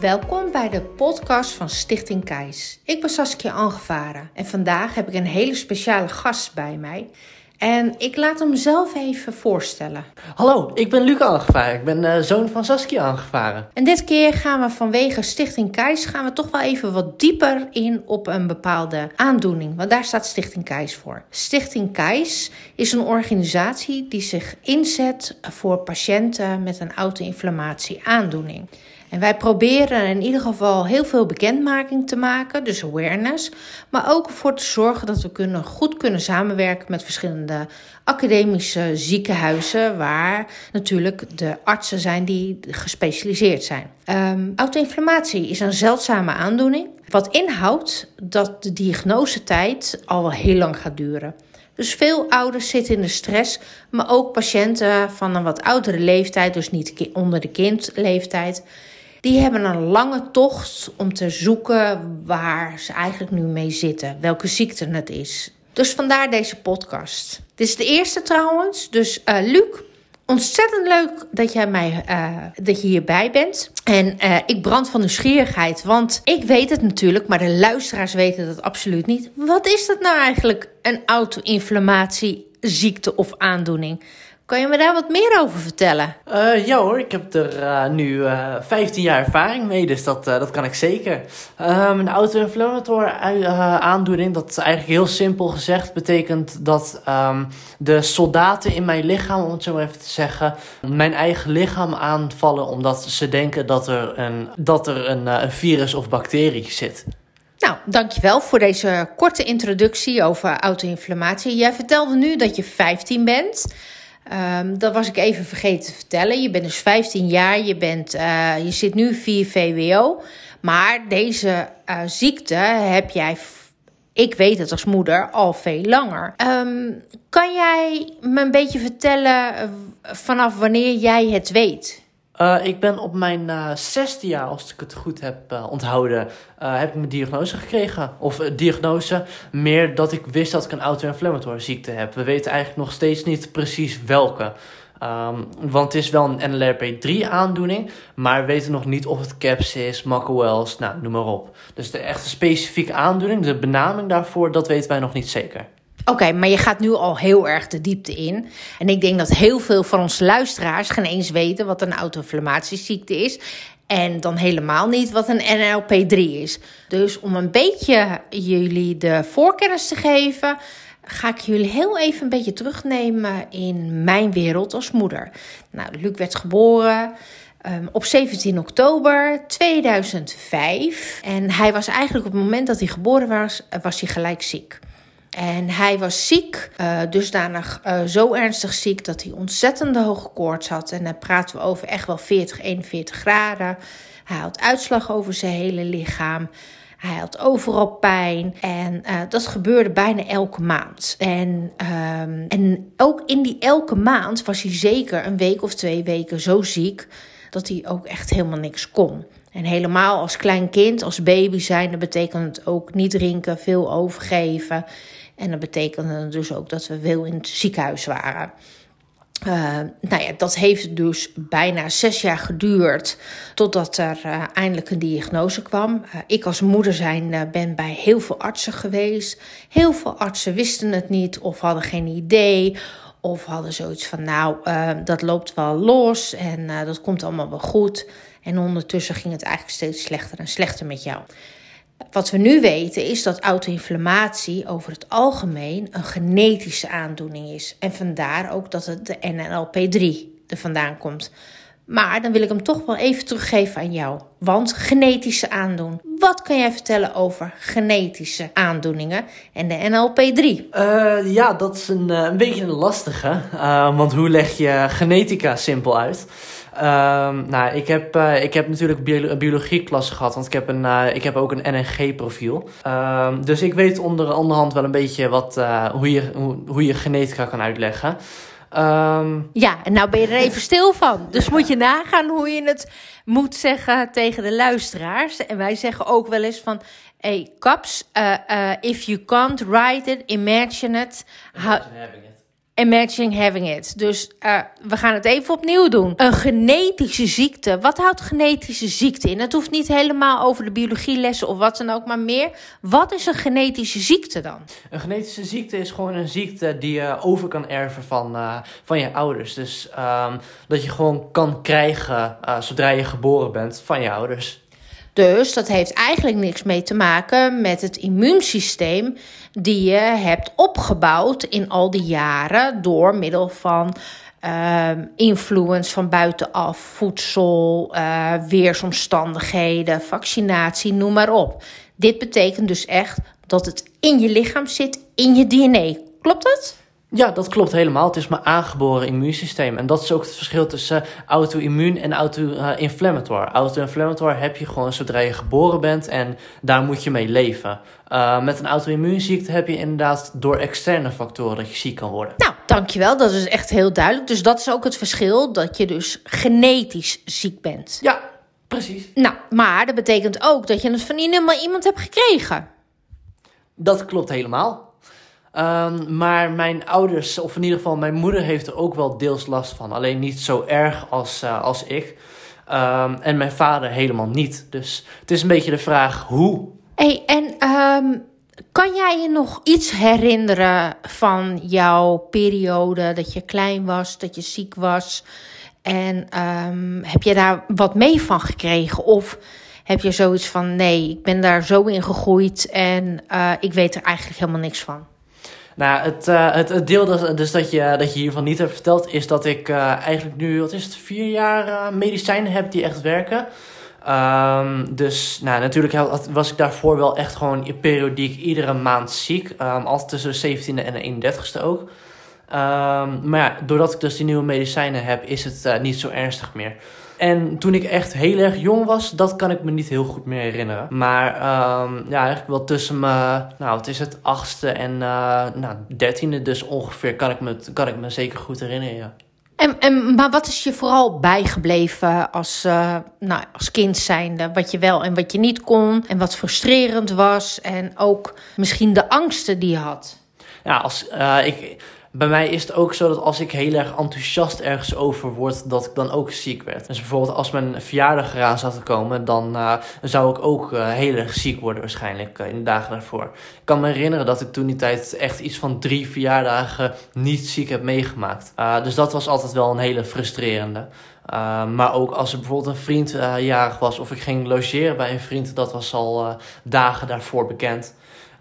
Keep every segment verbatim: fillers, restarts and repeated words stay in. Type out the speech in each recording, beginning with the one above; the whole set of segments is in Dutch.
Welkom bij de podcast van Stichting Keis. Ik ben Saskia Angevaren en vandaag heb ik een hele speciale gast bij mij. En ik laat hem zelf even voorstellen. Hallo, ik ben Luc Angevaren. Ik ben uh, zoon van Saskia Angevaren. En dit keer gaan we vanwege Stichting Keis gaan we toch wel even wat dieper in op een bepaalde aandoening. Want daar staat Stichting Keis voor. Stichting Keis is een organisatie die zich inzet voor patiënten met een auto-inflammatie aandoening. En wij proberen in ieder geval heel veel bekendmaking te maken, dus awareness. Maar ook ervoor te zorgen dat we kunnen, goed kunnen samenwerken met verschillende academische ziekenhuizen, waar natuurlijk de artsen zijn die gespecialiseerd zijn. Um, auto-inflammatie is een zeldzame aandoening, wat inhoudt dat de diagnosetijd al wel heel lang gaat duren. Dus veel ouders zitten in de stress, maar ook patiënten van een wat oudere leeftijd, dus niet onder de kindleeftijd, die hebben een lange tocht om te zoeken waar ze eigenlijk nu mee zitten, welke ziekte het is. Dus vandaar deze podcast. Dit is de eerste trouwens, dus uh, Luc, ontzettend leuk dat jij mij, uh, dat je hierbij bent. En uh, ik brand van nieuwsgierigheid, want ik weet het natuurlijk, maar de luisteraars weten dat absoluut niet. Wat is dat nou eigenlijk, een auto-inflammatie, ziekte of aandoening? Kan je me daar wat meer over vertellen? Uh, ja hoor, ik heb er uh, nu uh, vijftien jaar ervaring mee, dus dat, uh, dat kan ik zeker. Um, een auto-inflammatoire uh, aandoening, dat is eigenlijk heel simpel gezegd, betekent dat um, de soldaten in mijn lichaam, om het zo maar even te zeggen, mijn eigen lichaam aanvallen omdat ze denken dat er een, dat er een, uh, een virus of bacterie zit. Nou, dankjewel voor deze korte introductie over auto-inflammatie. Jij vertelde nu dat je vijftien bent. Um, dat was ik even vergeten te vertellen. Je bent dus vijftien jaar, je, bent, uh, je zit nu vier V W O. Maar deze uh, ziekte heb jij, ik weet het als moeder, al veel langer. Um, kan jij me een beetje vertellen uh, vanaf wanneer jij het weet? Uh, ik ben op mijn uh, zesde jaar, als ik het goed heb uh, onthouden, uh, heb ik mijn diagnose gekregen. Of uh, diagnose, meer dat ik wist dat ik een auto-inflammatoire ziekte heb. We weten eigenlijk nog steeds niet precies welke. Um, want het is wel een N L R P drie aandoening, maar we weten nog niet of het C A P S is, Macco-Wells, nou, noem maar op. Dus de echte specifieke aandoening, de benaming daarvoor, dat weten wij nog niet zeker. Oké, okay, maar je gaat nu al heel erg de diepte in. En ik denk dat heel veel van onze luisteraars geen eens weten wat een auto-inflammatieziekte is. En dan helemaal niet wat een N L P drie is. Dus om een beetje jullie de voorkennis te geven, ga ik jullie heel even een beetje terugnemen in mijn wereld als moeder. Nou, Luc werd geboren Um, op zeventien oktober tweeduizend vijf. En hij was eigenlijk op het moment dat hij geboren was, was hij gelijk ziek. En hij was ziek, uh, dusdanig uh, zo ernstig ziek dat hij ontzettende hoge koorts had. En dan praten we over echt wel veertig, eenenveertig graden. Hij had uitslag over zijn hele lichaam. Hij had overal pijn en uh, dat gebeurde bijna elke maand. En, um, en ook in die elke maand was hij zeker een week of twee weken zo ziek dat hij ook echt helemaal niks kon. En helemaal als klein kind, als baby zijn, dat betekent het ook niet drinken, veel overgeven. En dat betekende dus ook dat we veel in het ziekenhuis waren. Uh, nou ja, dat heeft dus bijna zes jaar geduurd totdat er uh, eindelijk een diagnose kwam. Uh, ik als moeder zijn uh, ben bij heel veel artsen geweest. Heel veel artsen wisten het niet of hadden geen idee. Of hadden zoiets van, nou, uh, dat loopt wel los en uh, dat komt allemaal wel goed. En ondertussen ging het eigenlijk steeds slechter en slechter met jou. Wat we nu weten is dat auto-inflammatie over het algemeen een genetische aandoening is. En vandaar ook dat het de N L P drie er vandaan komt. Maar dan wil ik hem toch wel even teruggeven aan jou. Want genetische aandoening. Wat kan jij vertellen over genetische aandoeningen en de N L P drie? Uh, ja, dat is een, uh, een beetje een lastige. Uh, want hoe leg je genetica simpel uit? Uh, nou, ik heb, uh, ik heb natuurlijk bio- een biologieklas gehad, want ik heb, een, uh, ik heb ook een N N G-profiel. Uh, dus ik weet onder andere hand wel een beetje wat, uh, hoe, je, hoe, hoe je genetica kan uitleggen. Um... Ja, en nou ben je er even stil van. Dus moet je nagaan hoe je het moet zeggen tegen de luisteraars. En wij zeggen ook wel eens van, hey, Kaps, uh, uh, if you can't write it, imagine it. Imagine having it. Imagine having it. Dus uh, we gaan het even opnieuw doen. Een genetische ziekte. Wat houdt genetische ziekte in? Het hoeft niet helemaal over de biologielessen of wat dan ook, maar meer. Wat is een genetische ziekte dan? Een genetische ziekte is gewoon een ziekte die je over kan erven van, uh, van je ouders. Dus um, dat je gewoon kan krijgen uh, zodra je geboren bent van je ouders. Dus dat heeft eigenlijk niks mee te maken met het immuunsysteem die je hebt opgebouwd in al die jaren door middel van uh, influence van buitenaf, voedsel, uh, weersomstandigheden, vaccinatie, noem maar op. Dit betekent dus echt dat het in je lichaam zit, in je D N A. Klopt dat? Ja, dat klopt helemaal. Het is mijn aangeboren immuunsysteem. En dat is ook het verschil tussen auto-immuun en auto-inflammatoire. Auto-inflammatoire heb je gewoon zodra je geboren bent en daar moet je mee leven. Uh, met een auto-immuunziekte heb je inderdaad door externe factoren dat je ziek kan worden. Nou, dankjewel. Dat is echt heel duidelijk. Dus dat is ook het verschil, dat je dus genetisch ziek bent. Ja, precies. Nou, maar dat betekent ook dat je het van iemand hebt gekregen. Dat klopt helemaal. Um, maar mijn ouders, of in ieder geval mijn moeder, heeft er ook wel deels last van. Alleen niet zo erg als, uh, als ik. Um, en mijn vader helemaal niet. Dus het is een beetje de vraag hoe. Hey, en um, kan jij je nog iets herinneren van jouw periode dat je klein was, dat je ziek was? En um, heb je daar wat mee van gekregen? Of heb je zoiets van, nee, ik ben daar zo in gegroeid en uh, ik weet er eigenlijk helemaal niks van? Nou, het, uh, het, het deel dat, dus dat, je, dat je hiervan niet hebt verteld, is dat ik uh, eigenlijk nu, wat is het, vier jaar uh, medicijnen heb die echt werken. Um, dus nou, natuurlijk was ik daarvoor wel echt gewoon periodiek iedere maand ziek. Um, altijd tussen de zeventiende en de eenendertigste ook. Um, maar ja, doordat ik dus die nieuwe medicijnen heb, is het uh, niet zo ernstig meer. En toen ik echt heel erg jong was, dat kan ik me niet heel goed meer herinneren. Maar um, ja, eigenlijk wel tussen mijn, nou wat is het, achtste en uh, nou, dertiende dus ongeveer kan ik me, kan ik me zeker goed herinneren, ja. En, en, maar wat is je vooral bijgebleven als, uh, nou, als kind zijnde? Wat je wel en wat je niet kon en wat frustrerend was en ook misschien de angsten die je had? Ja, als uh, ik... Bij mij is het ook zo dat als ik heel erg enthousiast ergens over word, dat ik dan ook ziek werd. Dus bijvoorbeeld als mijn verjaardag eraan zou te komen, dan uh, zou ik ook uh, heel erg ziek worden waarschijnlijk uh, in de dagen daarvoor. Ik kan me herinneren dat ik toen die tijd echt iets van drie verjaardagen niet ziek heb meegemaakt. Uh, dus dat was altijd wel een hele frustrerende. Uh, maar ook als er bijvoorbeeld een vriend uh, jarig was of ik ging logeren bij een vriend, dat was al uh, dagen daarvoor bekend.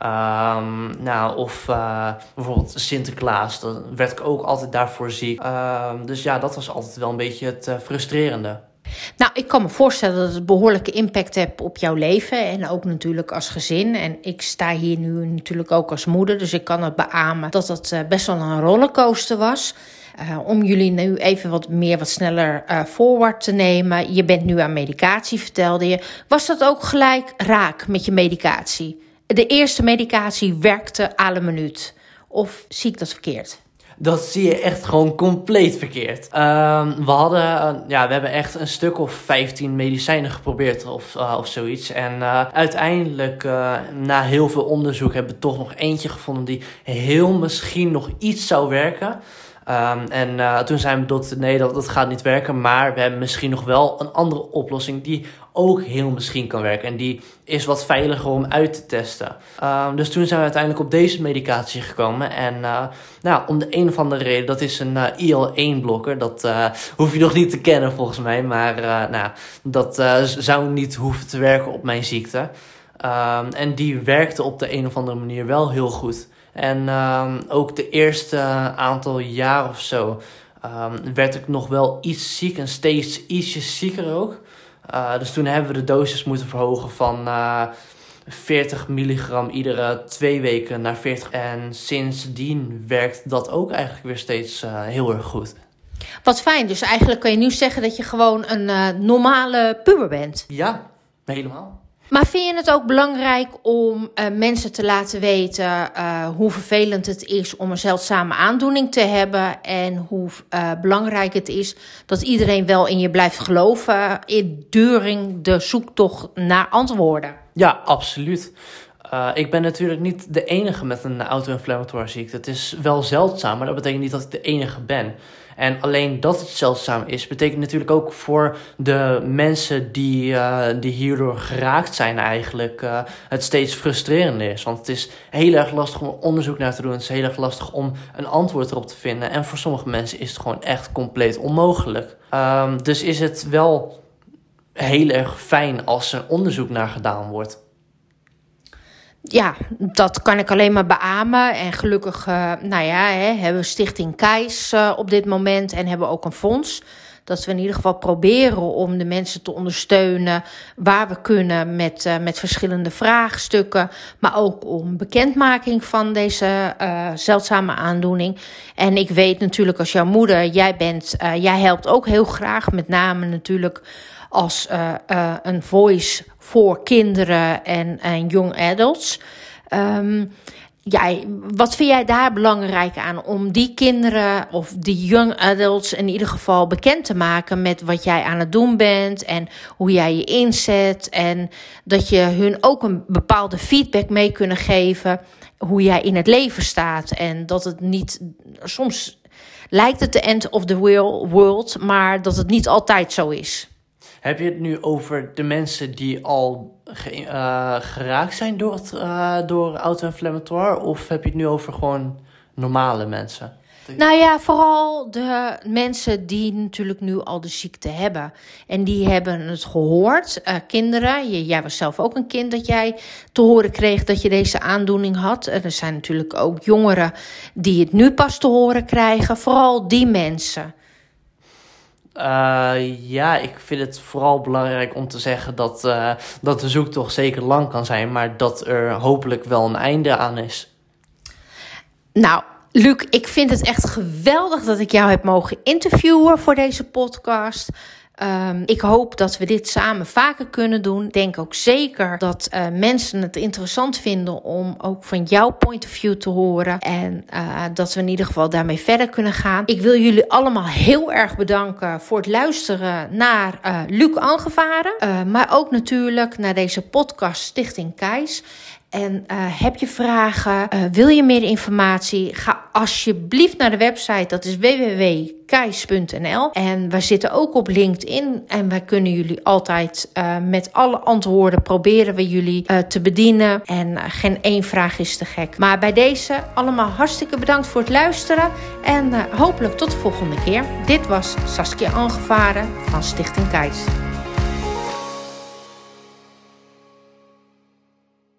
Um, nou, of uh, bijvoorbeeld Sinterklaas, dan werd ik ook altijd daarvoor ziek. Um, dus ja, dat was altijd wel een beetje het uh, frustrerende. Nou, ik kan me voorstellen dat het behoorlijke impact heeft op jouw leven en ook natuurlijk als gezin. En ik sta hier nu natuurlijk ook als moeder, dus ik kan het beamen dat het uh, best wel een rollercoaster was. Uh, om jullie nu even wat meer, wat sneller uh, forward te nemen. Je bent nu aan medicatie, vertelde je. Was dat ook gelijk raak met je medicatie? De eerste medicatie werkte à la minuut. Of zie ik dat verkeerd? Dat zie je echt gewoon compleet verkeerd. Um, we hadden, uh, ja, we hebben echt een stuk of vijftien medicijnen geprobeerd of, uh, of zoiets. En uh, uiteindelijk, uh, na heel veel onderzoek, hebben we toch nog eentje gevonden die heel misschien nog iets zou werken. Um, en uh, toen zei mijn dokter, nee, dat, dat gaat niet werken. Maar we hebben misschien nog wel een andere oplossing die ook heel misschien kan werken. En die is wat veiliger om uit te testen. Um, dus toen zijn we uiteindelijk op deze medicatie gekomen. En uh, nou, om de een of andere reden, dat is een uh, I L één blokker. Dat uh, hoef je nog niet te kennen volgens mij. Maar uh, nou, dat uh, zou niet hoeven te werken op mijn ziekte. Um, en die werkte op de een of andere manier wel heel goed. En um, ook de eerste aantal jaar of zo um, werd ik nog wel iets ziek en steeds ietsje zieker ook. Uh, dus toen hebben we de dosis moeten verhogen van uh, veertig milligram iedere twee weken naar veertig. En sindsdien werkt dat ook eigenlijk weer steeds uh, heel erg goed. Wat fijn, dus eigenlijk kun je nu zeggen dat je gewoon een uh, normale puber bent. Ja, helemaal. Maar vind je het ook belangrijk om uh, mensen te laten weten uh, hoe vervelend het is om een zeldzame aandoening te hebben en hoe uh, belangrijk het is dat iedereen wel in je blijft geloven in during de zoektocht naar antwoorden? Ja, absoluut. Uh, ik ben natuurlijk niet de enige met een auto-inflammatorische ziekte. Het is wel zeldzaam, maar dat betekent niet dat ik de enige ben. En alleen dat het zeldzaam is, betekent natuurlijk ook voor de mensen die, uh, die hierdoor geraakt zijn eigenlijk, uh, het steeds frustrerender is. Want het is heel erg lastig om onderzoek naar te doen. Het is heel erg lastig om een antwoord erop te vinden. En voor sommige mensen is het gewoon echt compleet onmogelijk. Um, dus is het wel heel erg fijn als er onderzoek naar gedaan wordt. Ja, dat kan ik alleen maar beamen. En gelukkig uh, nou ja, hè, hebben we Stichting Keis uh, op dit moment en hebben ook een fonds. Dat we in ieder geval proberen om de mensen te ondersteunen waar we kunnen met, uh, met verschillende vraagstukken. Maar ook om bekendmaking van deze uh, zeldzame aandoening. En ik weet natuurlijk als jouw moeder, jij bent, uh, jij helpt ook heel graag. Met name natuurlijk als uh, uh, een voice voor kinderen en, en young adults. Um, ja, wat vind jij daar belangrijk aan om die kinderen of die young adults in ieder geval bekend te maken met wat jij aan het doen bent en hoe jij je inzet en dat je hun ook een bepaalde feedback mee kunnen geven hoe jij in het leven staat en dat het niet, soms lijkt het de end of the world, maar dat het niet altijd zo is. Heb je het nu over de mensen die al ge- uh, geraakt zijn door, het, uh, door auto-inflammatoire? Of heb je het nu over gewoon normale mensen? Nou ja, vooral de mensen die natuurlijk nu al de ziekte hebben. En die hebben het gehoord. Uh, kinderen, je, jij was zelf ook een kind dat jij te horen kreeg dat je deze aandoening had. En er zijn natuurlijk ook jongeren die het nu pas te horen krijgen. Vooral die mensen. Uh, ja, ik vind het vooral belangrijk om te zeggen dat, uh, dat de zoektocht zeker lang kan zijn, maar dat er hopelijk wel een einde aan is. Nou, Luc, ik vind het echt geweldig dat ik jou heb mogen interviewen voor deze podcast. Um, ik hoop dat we dit samen vaker kunnen doen. Ik denk ook zeker dat uh, mensen het interessant vinden om ook van jouw point of view te horen. En uh, dat we in ieder geval daarmee verder kunnen gaan. Ik wil jullie allemaal heel erg bedanken voor het luisteren naar uh, Luc Angevaren. Uh, maar ook natuurlijk naar deze podcast Stichting Keis. En uh, heb je vragen, uh, wil je meer informatie, ga alsjeblieft naar de website, dat is w w w punt keis punt n l. En wij zitten ook op LinkedIn en wij kunnen jullie altijd uh, met alle antwoorden proberen we jullie uh, te bedienen. En uh, geen één vraag is te gek. Maar bij deze allemaal hartstikke bedankt voor het luisteren en uh, hopelijk tot de volgende keer. Dit was Saskia Angevaren van Stichting Keis.